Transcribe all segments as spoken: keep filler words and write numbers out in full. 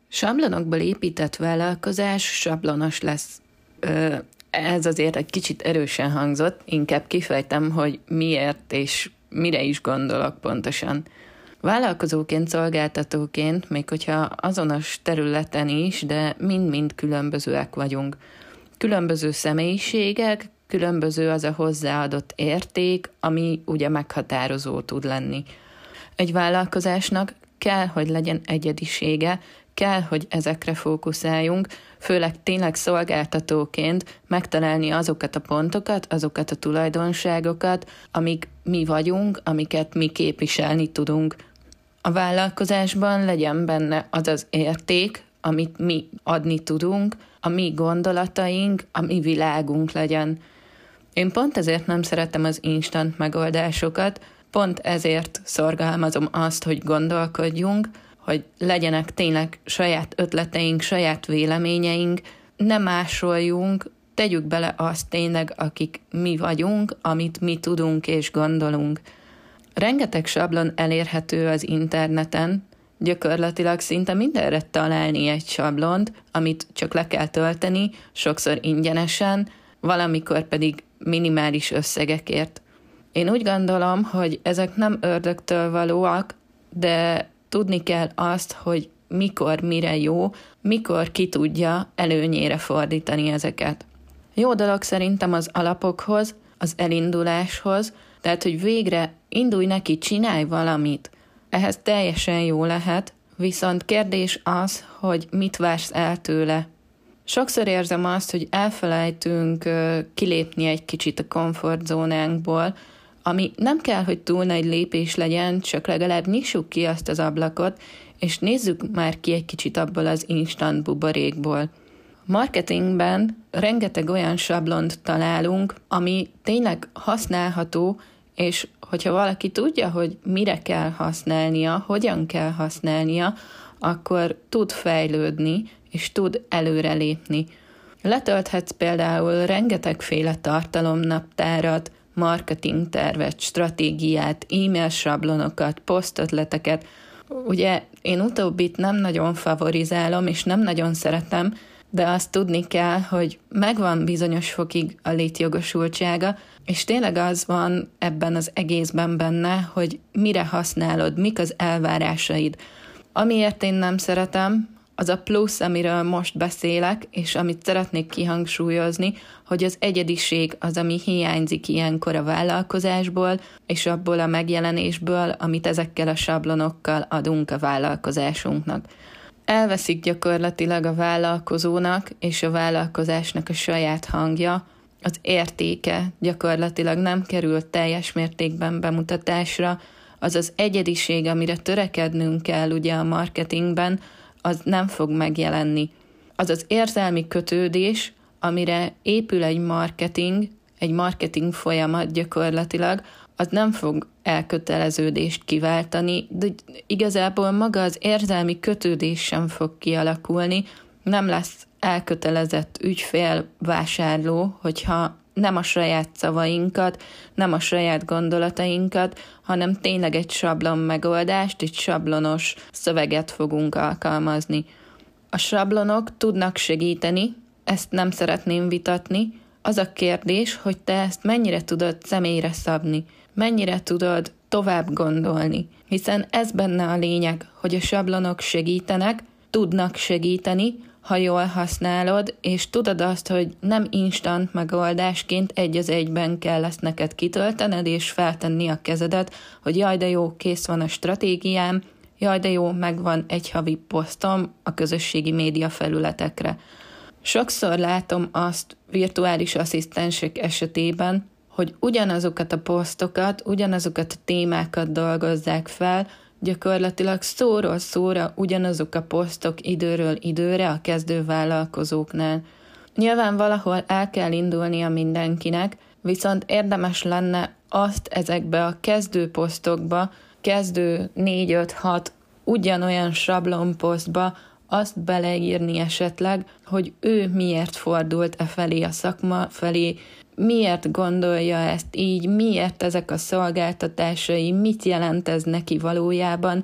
Sablonokból épített vállalkozás sablonos lesz. Ö, ez azért egy kicsit erősen hangzott, inkább kifejtem, hogy miért és mire is gondolok pontosan. Vállalkozóként, szolgáltatóként, még hogyha azonos területen is, de mind-mind különbözőek vagyunk. Különböző személyiségek, különböző az a hozzáadott érték, ami ugye meghatározó tud lenni. Egy vállalkozásnak kell, hogy legyen egyedisége, kell, hogy ezekre fókuszáljunk, főleg tényleg szolgáltatóként megtalálni azokat a pontokat, azokat a tulajdonságokat, amik mi vagyunk, amiket mi képviselni tudunk. A vállalkozásban legyen benne az az érték, amit mi adni tudunk, a mi gondolataink, a mi világunk legyen. Én pont ezért nem szeretem az instant megoldásokat, pont ezért szorgalmazom azt, hogy gondolkodjunk, hogy legyenek tényleg saját ötleteink, saját véleményeink, ne másoljunk, tegyük bele azt tényleg, akik mi vagyunk, amit mi tudunk és gondolunk. Rengeteg sablon elérhető az interneten, gyakorlatilag szinte mindenre találni egy sablont, amit csak le kell tölteni, sokszor ingyenesen, valamikor pedig minimális összegekért. Én úgy gondolom, hogy ezek nem ördögtől valóak, de tudni kell azt, hogy mikor, mire jó, mikor ki tudja előnyére fordítani ezeket. Jó dolog szerintem az alapokhoz, az elinduláshoz, tehát, hogy végre indulj neki, csinálj valamit. Ehhez teljesen jó lehet, viszont kérdés az, hogy mit vársz el tőle. Sokszor érzem azt, hogy elfelejtünk kilépni egy kicsit a komfortzónánkból, ami nem kell, hogy túl nagy lépés legyen, csak legalább nyissuk ki azt az ablakot, és nézzük már ki egy kicsit abból az instant buborékból. Marketingben rengeteg olyan sablont találunk, ami tényleg használható, és hogyha valaki tudja, hogy mire kell használnia, hogyan kell használnia, akkor tud fejlődni, és tud előrelépni. Letölthetsz például rengetegféle tartalomnaptárat, marketingtervet, stratégiát, e-mail sablonokat, posztötleteket. Ugye én utóbbit nem nagyon favorizálom, és nem nagyon szeretem, de azt tudni kell, hogy megvan bizonyos fokig a létjogosultsága, és tényleg az van ebben az egészben benne, hogy mire használod, mik az elvárásaid. Amiért én nem szeretem, az a plusz, amiről most beszélek, és amit szeretnék kihangsúlyozni, hogy az egyediség az, ami hiányzik ilyenkor a vállalkozásból, és abból a megjelenésből, amit ezekkel a sablonokkal adunk a vállalkozásunknak. Elveszik gyakorlatilag a vállalkozónak és a vállalkozásnak a saját hangja, az értéke gyakorlatilag nem kerül teljes mértékben bemutatásra, az az egyediség, amire törekednünk kell ugye a marketingben, az nem fog megjelenni. Az az érzelmi kötődés, amire épül egy marketing, egy marketing folyamat gyakorlatilag, az nem fog elköteleződést kiváltani, de igazából maga az érzelmi kötődés sem fog kialakulni, nem lesz elkötelezett ügyfél, vásárló, hogyha nem a saját szavainkat, nem a saját gondolatainkat, hanem tényleg egy sablon megoldást, egy sablonos szöveget fogunk alkalmazni. A sablonok tudnak segíteni, ezt nem szeretném vitatni. Az a kérdés, hogy te ezt mennyire tudod személyre szabni, mennyire tudod tovább gondolni, hiszen ez benne a lényeg, hogy a sablonok segítenek, tudnak segíteni, ha jól használod, és tudod azt, hogy nem instant megoldásként egy az egyben kell ezt neked kitöltened, és feltenni a kezedet, hogy jaj, de jó, kész van a stratégiám, jaj, de jó, megvan egy havi posztom a közösségi média felületekre. Sokszor látom azt virtuális asszisztensek esetében, hogy ugyanazokat a posztokat, ugyanazokat a témákat dolgozzák fel, gyakorlatilag szóról szóra ugyanazok a posztok időről időre a kezdő vállalkozóknál. Nyilván valahol el kell indulnia mindenkinek, viszont érdemes lenne azt ezekbe a kezdő posztokba, kezdő négy öt hat ugyanolyan sablonposztba azt beleírni esetleg, hogy ő miért fordult e felé a szakma felé, miért gondolja ezt így, miért ezek a szolgáltatásai, mit jelent ez neki valójában.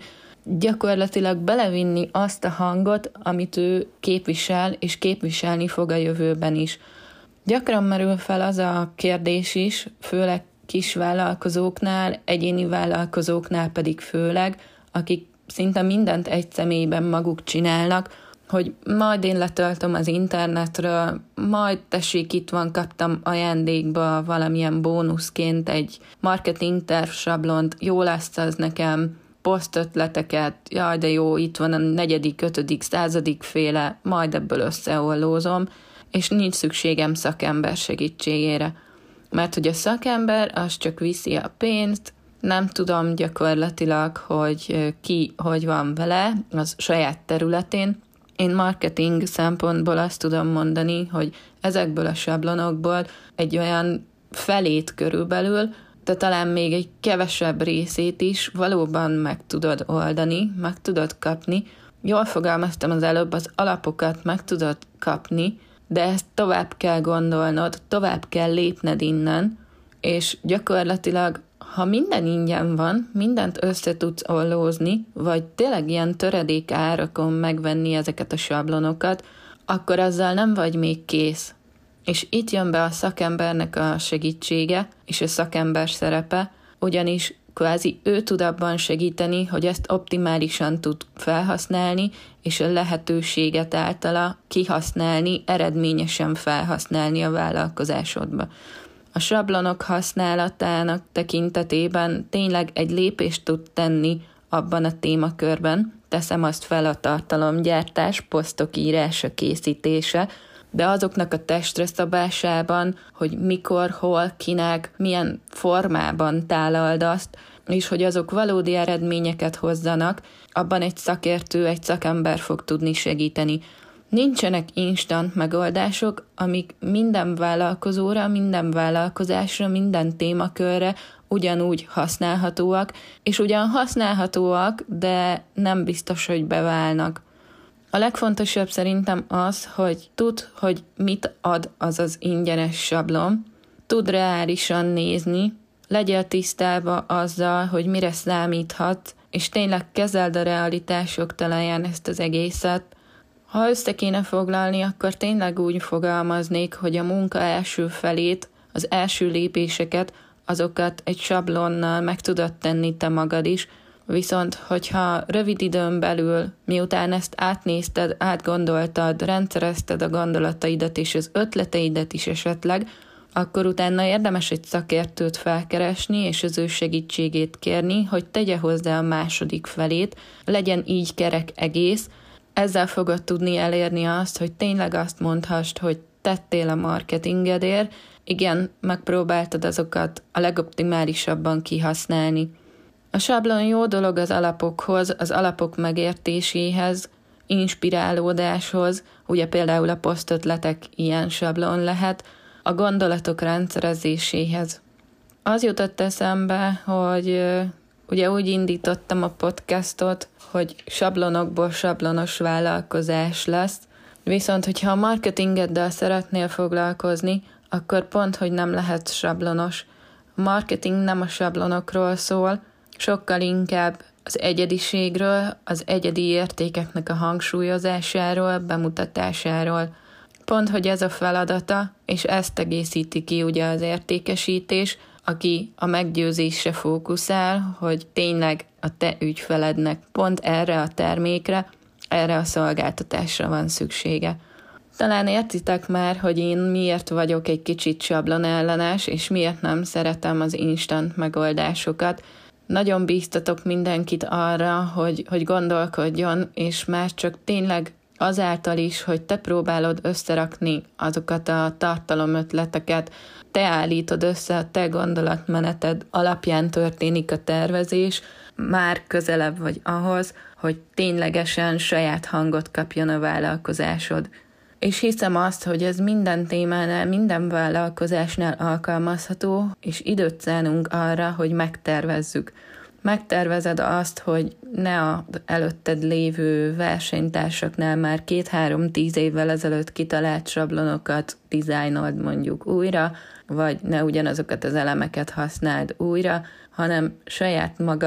gyakorlatilag belevinni azt a hangot, amit ő képvisel, és képviselni fog a jövőben is. Gyakran merül fel az a kérdés is, főleg kis vállalkozóknál, egyéni vállalkozóknál pedig főleg, akik szinte mindent egy személyben maguk csinálnak, hogy majd én letöltöm az internetről, majd tessék, itt van, kaptam ajándékba valamilyen bónuszként egy marketing terv sablont, jó lesz az nekem, posztötleteket, jaj de jó, itt van a negyedik, ötödik, századik féle, majd ebből összeollózom, és nincs szükségem szakember segítségére. Mert hogy a szakember az csak viszi a pénzt, nem tudom gyakorlatilag, hogy ki hogy van vele az saját területén. Én marketing szempontból azt tudom mondani, hogy ezekből a sablonokból egy olyan felét körülbelül, de talán még egy kevesebb részét is valóban meg tudod oldani, meg tudod kapni. Jól fogalmaztam az előbb, az alapokat meg tudod kapni, de ezt tovább kell gondolnod, tovább kell lépned innen, és gyakorlatilag, ha minden ingyen van, mindent össze tudsz ollózni, vagy tényleg ilyen töredék árakon megvenni ezeket a sablonokat, akkor azzal nem vagy még kész. És itt jön be a szakembernek a segítsége, és a szakember szerepe, ugyanis kvázi ő tud abban segíteni, hogy ezt optimálisan tud felhasználni, és a lehetőséget általa kihasználni, eredményesen felhasználni a vállalkozásodba. A sablonok használatának tekintetében tényleg egy lépést tud tenni abban a témakörben, teszem azt fel a tartalomgyártás, posztok írása, készítése, de azoknak a testre szabásában, hogy mikor, hol, kinek, milyen formában tálald azt, és hogy azok valódi eredményeket hozzanak, abban egy szakértő, egy szakember fog tudni segíteni. Nincsenek instant megoldások, amik minden vállalkozóra, minden vállalkozásra, minden témakörre ugyanúgy használhatóak, és ugyan használhatóak, de nem biztos, hogy beválnak. A legfontosabb szerintem az, hogy tudd, hogy mit ad az az ingyenes sablon, tudd reálisan nézni, legyél tisztában azzal, hogy mire számíthatsz, és tényleg kezeld a realitások talaján ezt az egészet. Ha össze kéne foglalni, akkor tényleg úgy fogalmaznék, hogy a munka első felét, az első lépéseket, azokat egy sablonnal meg tudod tenni te magad is, viszont hogyha rövid időn belül, miután ezt átnézted, átgondoltad, rendszerezted a gondolataidat és az ötleteidet is esetleg, akkor utána érdemes egy szakértőt felkeresni és az ő segítségét kérni, hogy tegye hozzá a második felét, legyen így kerek egész. Ezzel fogod tudni elérni azt, hogy tényleg azt mondhassd, hogy tettél a marketingedért, igen, megpróbáltad azokat a legoptimálisabban kihasználni. A sablon jó dolog az alapokhoz, az alapok megértéséhez, inspirálódáshoz, ugye például a posztötletek ilyen sablon lehet, a gondolatok rendszerezéséhez. Az jutott eszembe, hogy ugye úgy indítottam a podcastot, hogy sablonokból sablonos vállalkozás lesz, viszont hogyha a marketingeddel szeretnél foglalkozni, akkor pont, hogy nem lehet sablonos. A marketing nem a sablonokról szól, sokkal inkább az egyediségről, az egyedi értékeknek a hangsúlyozásáról, bemutatásáról. Pont, hogy ez a feladata, és ezt egészíti ki ugye az értékesítés, aki a meggyőzésre fókuszál, hogy tényleg a te ügyfelednek pont erre a termékre, erre a szolgáltatásra van szüksége. Talán értitek már, hogy én miért vagyok egy kicsit sablonellenes, és miért nem szeretem az instant megoldásokat. Nagyon bíztatok mindenkit arra, hogy, hogy gondolkodjon, és már csak tényleg azáltal is, hogy te próbálod összerakni azokat a tartalomötleteket, te állítod össze, a te gondolatmeneted alapján történik a tervezés, már közelebb vagy ahhoz, hogy ténylegesen saját hangot kapjon a vállalkozásod. És hiszem azt, hogy ez minden témánál, minden vállalkozásnál alkalmazható, és időt szánunk arra, hogy megtervezzük. Megtervezed azt, hogy ne az előtted lévő versenytársaknál már két-három-tíz évvel ezelőtt kitalált sablonokat dizájnold mondjuk újra, vagy ne ugyanazokat az elemeket használd újra, hanem saját magad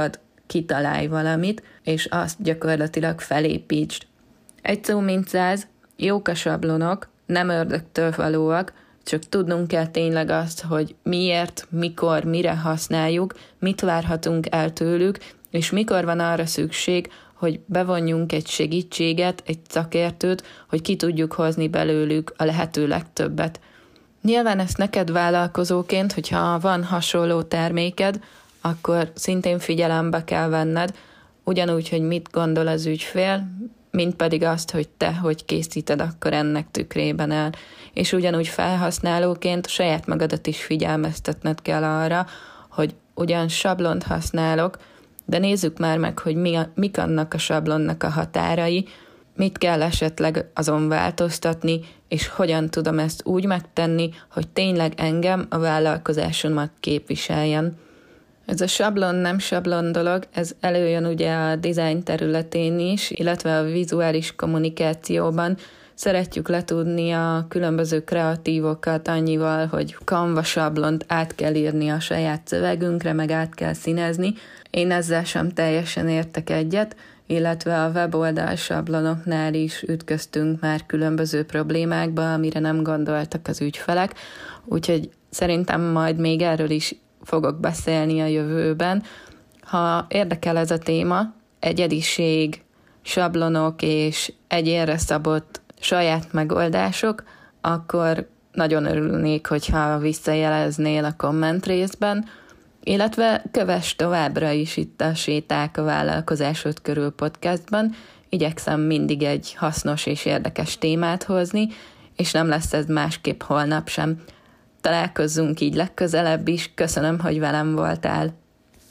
kitalálj valamit, és azt gyakorlatilag felépítsd. Egy szó mint száz, jók a sablonok, nem ördögtől valóak, csak tudnunk kell tényleg azt, hogy miért, mikor, mire használjuk, mit várhatunk el tőlük, és mikor van arra szükség, hogy bevonjunk egy segítséget, egy szakértőt, hogy ki tudjuk hozni belőlük a lehető legtöbbet. Nyilván ezt neked vállalkozóként, hogyha van hasonló terméked, akkor szintén figyelembe kell venned, ugyanúgy, hogy mit gondol az ügyfél, mint pedig azt, hogy te hogy készíted akkor ennek tükrében el. És ugyanúgy felhasználóként saját magadat is figyelmeztetned kell arra, hogy ugyan sablont használok, de nézzük már meg, hogy mi a, mik annak a sablonnak a határai, mit kell esetleg azon változtatni, és hogyan tudom ezt úgy megtenni, hogy tényleg engem, a vállalkozásomat képviseljen. Ez a sablon nem sablon dolog, ez előjön ugye a design területén is, illetve a vizuális kommunikációban. Szeretjük letudni a különböző kreatívokat annyival, hogy Canva sablont át kell írni a saját szövegünkre, meg át kell színezni. Én ezzel sem teljesen értek egyet, illetve a weboldal sablonoknál is ütköztünk már különböző problémákba, amire nem gondoltak az ügyfelek, úgyhogy szerintem majd még erről is fogok beszélni a jövőben. Ha érdekel ez a téma, egyediség, sablonok és egyénre szabott saját megoldások, akkor nagyon örülnék, hogyha visszajeleznél a komment részben, illetve kövess továbbra is itt a Séták a vállalkozásod körül podcastban. Igyekszem mindig egy hasznos és érdekes témát hozni, és nem lesz ez másképp holnap sem. Találkozzunk így legközelebb is, köszönöm, hogy velem voltál.